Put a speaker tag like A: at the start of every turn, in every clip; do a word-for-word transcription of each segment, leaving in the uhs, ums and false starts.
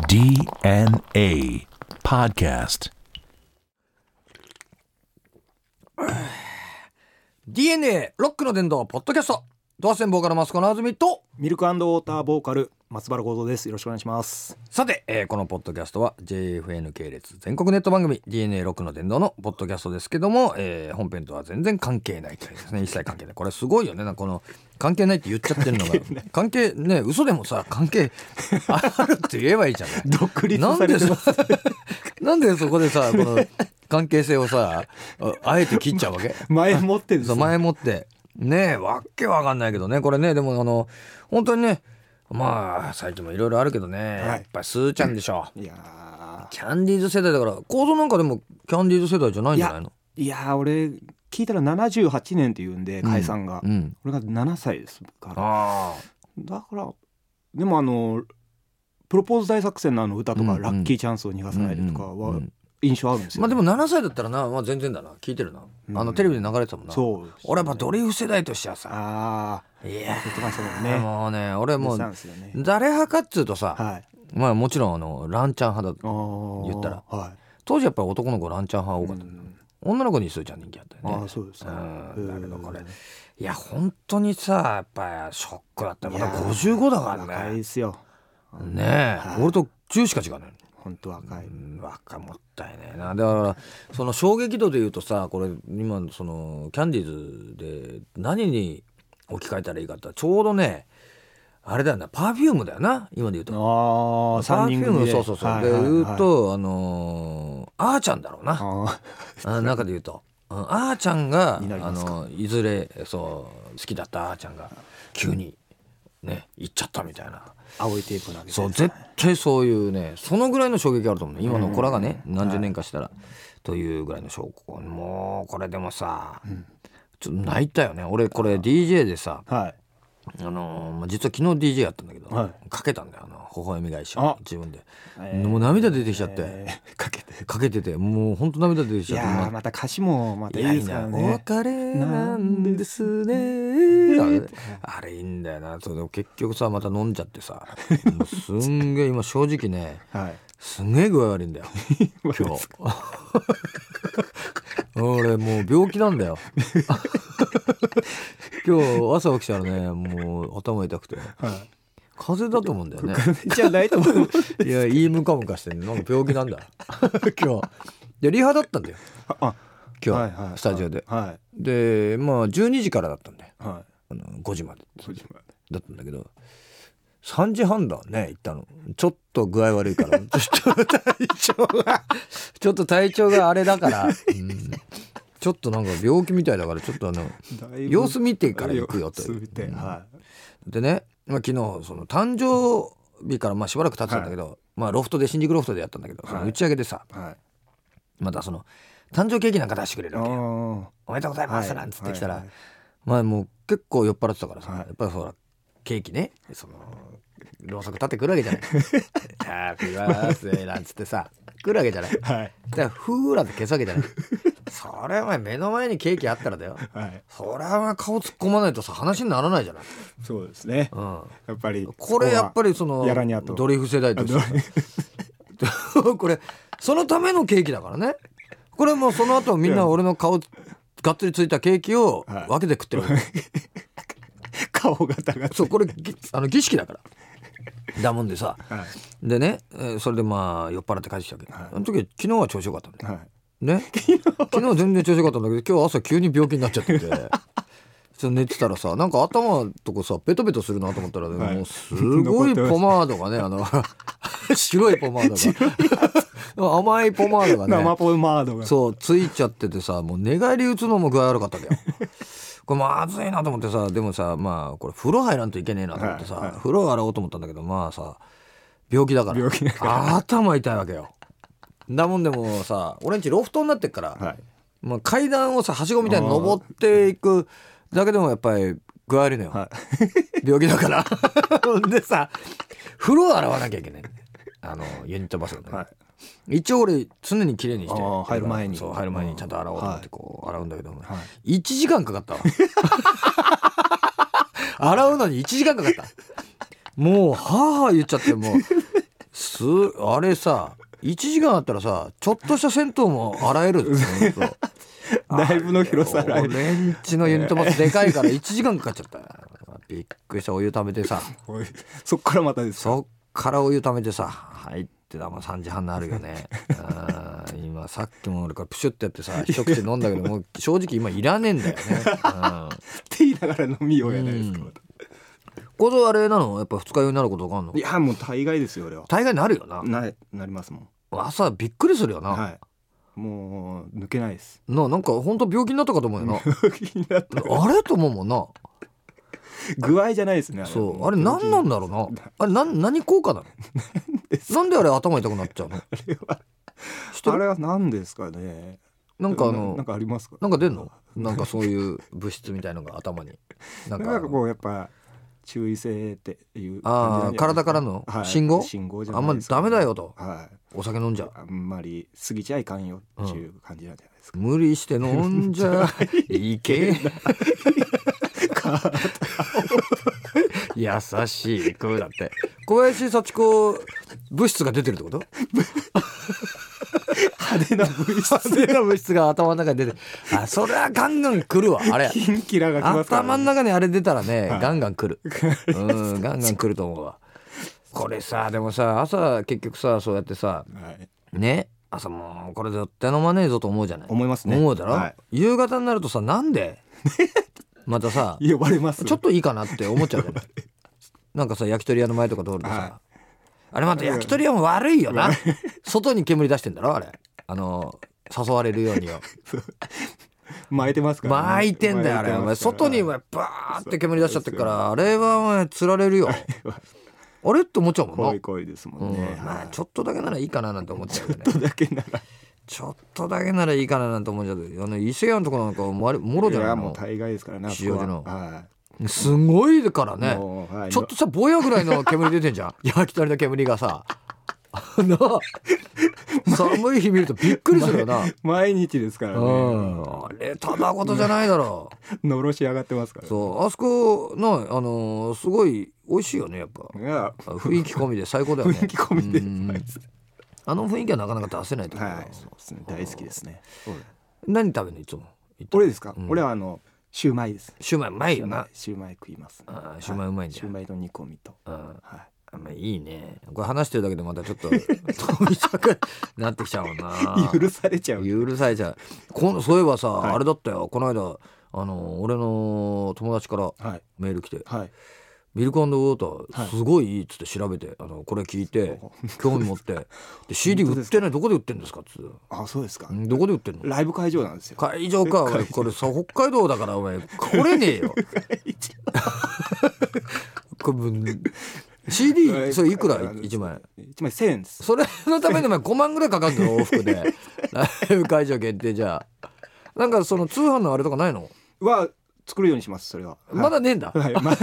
A: ディーエヌエー Podcast。
B: ディーエヌエー ロックの伝道ポッドキャスト、ドアセンボーカルマスコのあずみと
C: ミルク&ウォーターボーカル松原幸三です。よろしくお願いします。
B: さて、えーこのポッドキャストは ジェイエフエヌ 系列全国ネット番組 ディーエヌエー ロックの伝道のポッドキャストですけども、えー本編とは全然関係ないというですね、一切関係ない。これすごいよね、なんかこの関係ないって言っちゃってるのが関係ね、嘘でもさ関係あるって言えばいいじゃない。
C: 独立されてます。
B: なんでそこでさこの関係性をさ あ, あえて切っちゃうわけ。
C: 前もってです
B: そう前もってねえ、わけわかんないけどねこれね。でもあの本当にね、まあ最近もいろいろあるけどね、はい、やっぱりスーちゃんでしょ。いやキャンディーズ世代だから。構造なんかでもキャンディーズ世代じゃないんじゃないの。
C: いやいや俺聞いたらななじゅうはちねんっていうんで解散が、うんうん、俺がななさいですから。あだからでもあのプロポーズ大作戦のあの歌とか、うんうん、ラッキーチャンスを逃がさないでとかは印象あるんですよ、ね。まあでもななさいだったらな、まあ、全然だな、聞いてるな、うん、あのテレビで流れてたもんな。そう、ね、俺やっぱドリフ世代としてはさ、あいやー、ね、もうね俺もう、ね、誰派かっつうとさ、はい、まあもちろんあのランちゃん派だ言ったら、はい、当時やっぱり男の子ランちゃん派多かった、うん、女の子にスーちゃん人気あったよね。あそうですね。うんだけどこれいや本当にさやっぱりショックだった。まだごじゅうごだからね。若いですよねえ、はい、俺とじゅうしか違うね。本当若い、うん、若もったいねえな。だからその衝撃度で言うとさ、これ今そのキャンディーズで何に置き換えたらいいかってちょうどねあれだよな、パフュームだよな今で言うと。あパフュームそうそうそう、はいはいはい、で言うとあのー、あーちゃんだろうなあ中で言うとあーちゃんが い, あのいずれそう好きだったあーちゃんが急にね行っちゃったみたいな。青いテープ投げて、そう絶対そういうね、そのぐらいの衝撃あると思うね今の子らがね、何十年かしたら、はい、というぐらいの証拠。もうこれでもさ、うん、ちょっと泣いたよね俺。これ ディージェー でさ、はい、あのー、実は昨日 ディージェー やったんだけど、はい、かけたんだよあの微笑み返しを自分で、えー、もう涙出てきちゃって、えー、かけてかけててもうほんと涙出てきちゃって。いやまた歌詞もまたいいですからね。お別れなんですねあれ, あれいいんだよな。それで結局さまた飲んじゃってさもうすんげえ今正直ね、はい、すんげえ具合悪いんだよ今日俺もう病気なんだよ今日朝起きたらねもう頭痛くて、はい、風邪だと思うんだよね。じゃないと思ういやいいムカムカしてんのなんか病気なんだ今日でリハだったんだよあ今日、はいはい、スタジオで、はい、でまあじゅうにじからだったんで、はい、あのごじまでだったんだけどさんじはんだね行ったの。ちょっと具合悪いからちょっと体調がちょっと体調があれだから、うん、ちょっとなんか病気みたいだからちょっとあの様子見てから行くよという、うんはい、でね、まあ、昨日その誕生日からまあしばらく経ってたんだけど、はい、まあロフトで新宿ロフトでやったんだけど、はい、その打ち上げでさ、はい、またその誕生ケーキなんか出してくれるわけよ。おめでとうございますなんつってきたら、はいはいはい、まあもう結構酔っ払ってたからさ、はい、やっぱりほらケーキねそのろうそく立ってくるわけじゃないハッピーバースデーなんつってさ来るわけじゃない、はい、だからフーラって消すわけじゃないそれお前目の前にケーキあったらだよ、はい、それは顔突っ込まないとさ話にならないじゃない。そうですね、うん、やっぱりこれやっぱりそのドリフ世代としてこれそのためのケーキだからね。これもうその後みんな俺の顔がっつりついたケーキを分けて食ってるわけ、はい顔型がそうこれあの儀式だからだもんでさ、はい、でね、えー、それでまあ酔っ払って帰ってきたわけ、はい、あの時昨日は調子よかったんだよ、はい、ね昨日は全然調子よかったんだけど今日朝急に病気になっちゃっててちょっと寝てたらさなんか頭とかさベトベトするなと思ったら、ねはい、もうすごいポマードがねあの白いポマードが甘いポマードがね生ポマードがそうついちゃっててさもう寝返り打つのも具合悪かったんだよこれまずいなと思ってさ。でもさまあこれ風呂入らんといけねえなと思ってさ、はいはい、風呂洗おうと思ったんだけどまあさ病気だから病気だから頭痛いわけよ。だもんでもさ俺んちロフトになってっから、はいまあ、階段をさはしごみたいに登っていくだけでもやっぱり具合悪いのよ、はい、病気だからでさ風呂洗わなきゃいけないあのユニットバスがね、はい、一応俺常に綺麗にして入る前にそう入る前にちゃんと洗おうと思ってこう洗うんだけど、はい、いちじかんかかったわ洗うのにいちじかんかかった。もうはぁはぁ言っちゃってもう
B: すあれさいちじかんあったらさちょっとした銭湯も洗える
C: だいぶの広さ洗える。
B: レンチのユニットバスでかいからいちじかんかかっちゃったびっくりした。お湯溜めてさ
C: そっからまたですか。
B: そっからお湯溜めてさ入ってたもうさんじはんになるよねあ今さっきも俺からプシュってやってさ一口飲んだけどもう正直今いらねえんだよね、うん、
C: って言いながら飲みようやないですか、うん
B: これあれなのやっぱ二日酔いになることわかんの。
C: いやもう大概ですよ俺は。
B: 大概なるよな。
C: な, なりますもん。
B: 朝びっくりするよな、
C: はい、もう抜けないです
B: な。なんか本当病気になったかと思うよな
C: 病気になった
B: あれと思うもんな。
C: 具合じゃないですね。あれ
B: そうあれ何なんだろうな。あれ何何効果なのなんであれ頭痛くなっちゃうの。
C: あれはあれは何ですかね。
B: なんかあの
C: なんかありますか。
B: なんか出んのなんかそういう物質みたいのが頭に
C: なんかこうやっぱ注意性っていう
B: ああ体からの信号、
C: はい、信号じゃないですか、
B: あんまダメだよと、
C: はい、
B: お酒飲んじゃ
C: あんまり過ぎちゃいかんよっていう感じなんじゃないですか、
B: うん、無理して飲んじゃいけない優しい声だって小林幸子物質が出てるってこと
C: 派手な物質
B: 派手な物質が頭の中に出てあそれはガンガン来るわあれ
C: キンキラが来ますから、ね、
B: 頭の中にあれ出たらね、
C: はい、
B: ガンガン来るうんガンガン来ると思うわこれさでもさ朝結局さそうやってさ、はい、ね朝もうこれ絶対飲まねえぞと思うじゃない。
C: 思いますね。
B: 思うだろ、
C: はい、
B: 夕方になるとさなんでまたさ
C: 呼ばれます
B: ちょっといいかなって思っちゃうじゃないなんかさ焼き鳥屋の前とか通るとさ、はい、あれまた焼き鳥屋も悪いよな外に煙出してんだろあれあの誘われるようによ
C: 巻いてますから、ね、
B: 巻いてんだよあれお前外にバーって煙出しちゃってるからあれはお前釣られるよあれって思っちゃうもんな。
C: 怖い怖いですもんね、
B: うんまあ、ちょっとだけならいいかななんて思っちゃうよね
C: ちょっとだけなら
B: ちょっとだけならいいかななんて思っちゃう。あの伊勢屋のとこなんかもろじゃないの。いや
C: もう大概ですからね。
B: 吉祥寺の、
C: はい、
B: すごいからね、
C: はい、
B: ちょっとさぼやぐらいの煙出てんじゃん焼き鳥の煙がさな寒い日見るとびっくりするよな
C: 毎日ですからね、
B: うん、あれただことじゃないだろ
C: うのろし上がってますから、ね、
B: そうあそこの、あのー、すごい美味しいよねやっぱ。いや雰囲気込みで最高だよね
C: 雰囲気込みで、うん、
B: あの雰囲気はなかなか出せないと思う、
C: はい、そうですね、大好きですね。
B: 何食べるのいつも。
C: 俺ですか、うん、俺はあのシューマイです。
B: シューマイうまいよな。
C: シューマイ食います、ね、
B: あシューマイうまいんじゃん、
C: はい、シューマイの煮込みと、
B: うんはいあまあ、いいね。これ話してるだけでまたちょっと飛びたくなってきちゃうもんな
C: 許されちゃう
B: 許されちゃうこのそういえばさ、はい、あれだったよこの間あの俺の友達からメール来て、はいはい、ミルク&ウォーターすごいいいっつって調べて、あのこれ聞いて興味持ってで シーディー 売ってないどこで売ってんですかっつって。
C: あそうですか。
B: どこで売ってんの。
C: ライブ会場なんですよ。
B: 会場かこれさ北海道だからお前来れねえよこれシーディー それいくらいちまい
C: いちまいせんえんです。
B: それのためにごまんぐらいかかるの往復でライブ会場限定じゃなんかその通販のあれとかないの
C: は作るようにします。それは、はい、
B: まだねえんだ、
C: はいま、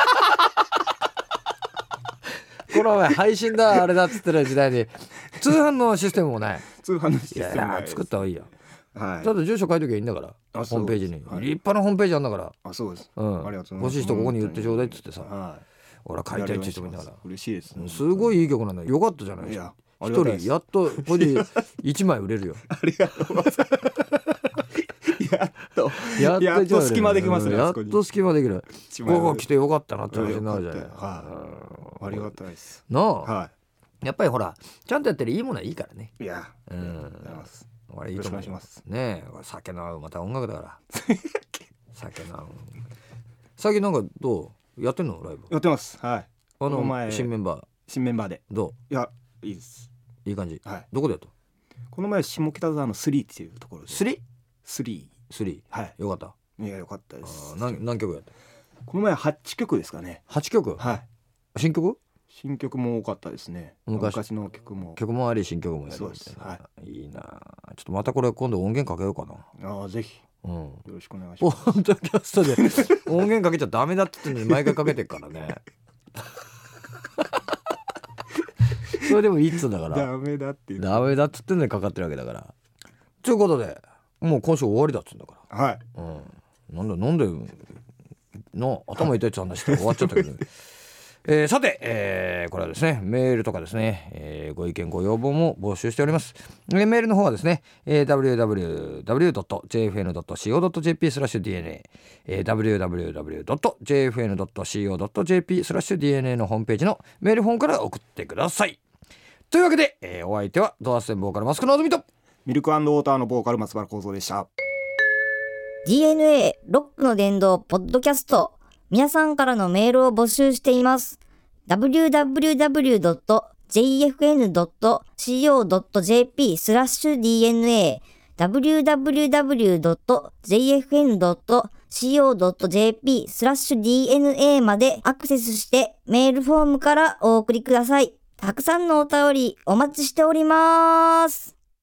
B: この前配信だあれだっつってる時代に通販のシステムもない。
C: 通販のシステムもない。
B: いや作った方がいいや、
C: はい、
B: ただ住所書いときゃいいんだからホームページに、はい、立派なホームページあんだから。
C: あそうです、
B: うん、
C: ありがとうございます。
B: 欲しい人ここに言ってちょうだいっつってさ、
C: はい、
B: 俺は買いたいって人もいながら
C: 嬉しいです、ね、
B: すごいいい曲なんだよ。よかったじゃないですか。一人やっとこれでいちまい売れるよ
C: ありがとうございますやっとやっとやっと隙間できますね。
B: やっと隙間できる。ここ来てよかったなって話になるじゃない。
C: はい、ありがたいです
B: なあ、
C: はい、
B: やっぱりほらちゃんとやってるいいものはいいからね。
C: いや、
B: うん、俺いいと思いますね。え酒の合うまた音楽だから酒の合う。最近なんかどうやってんのライブ。
C: やってます。はい。
B: あの前新メンバー
C: 新メンバーで
B: どう。
C: いやいいです。
B: いい感じ、
C: はい、
B: どこでやった。
C: この前下北沢のスリーっていうところで。
B: スリー
C: スリー
B: スリー、はい、よかった。
C: いやよかったです。
B: あ 何, 何曲やった。
C: この前はちきょくですかね。
B: はちきょく。
C: はい。
B: 新曲
C: 新曲も多かったですね。 昔, 昔の曲も
B: 曲もあり新曲もやる。
C: そうです、はい、
B: いいな。ちょっとまたこれ今度音源かけようかな。
C: あぜひ、うん、よろしくお願いし
B: ます。ポッドキャストで音源かけちゃダメだって言ってんのに毎回かけてっからねそれでもいいっつうんだから
C: ダメだって言って
B: ダメだっつってんのにかかってるわけだからということでもう今週終わりだっつうんだか
C: ら。はい、
B: うん、なんだなんでな頭痛いって話して終わっちゃったけどえー、さて、えー、これはですねメールとかですね、えー、ご意見ご要望も募集しております。えー、メールの方はですね、えー、ダブリューダブリューダブリュードットジェイエフエヌドットシーオードットジェーピー スラッシュ ディーエヌエー、えー、ダブリューダブリューダブリュードットジェイエフエヌドットシーオードットジェーピー スラッシュ ディーエヌエー のホームページのメールフォームから送ってください。というわけで、えー、お相手はドアステンボーカルマスクのあずみと
D: ミルク&ウォーターのボーカル松原幸三でした。
E: ディーエヌエー ロックの殿堂ポッドキャスト、皆さんからのメールを募集しています。ダブリューダブリューダブリュードットジェイエフエヌドットシーオードットジェーピー スラッシュ ディーエヌエー ダブリューダブリューダブリュードットジェイエフエヌドットシーオードットジェーピー スラッシュ ディーエヌエー までアクセスしてメールフォームからお送りください。たくさんのお便りお待ちしております。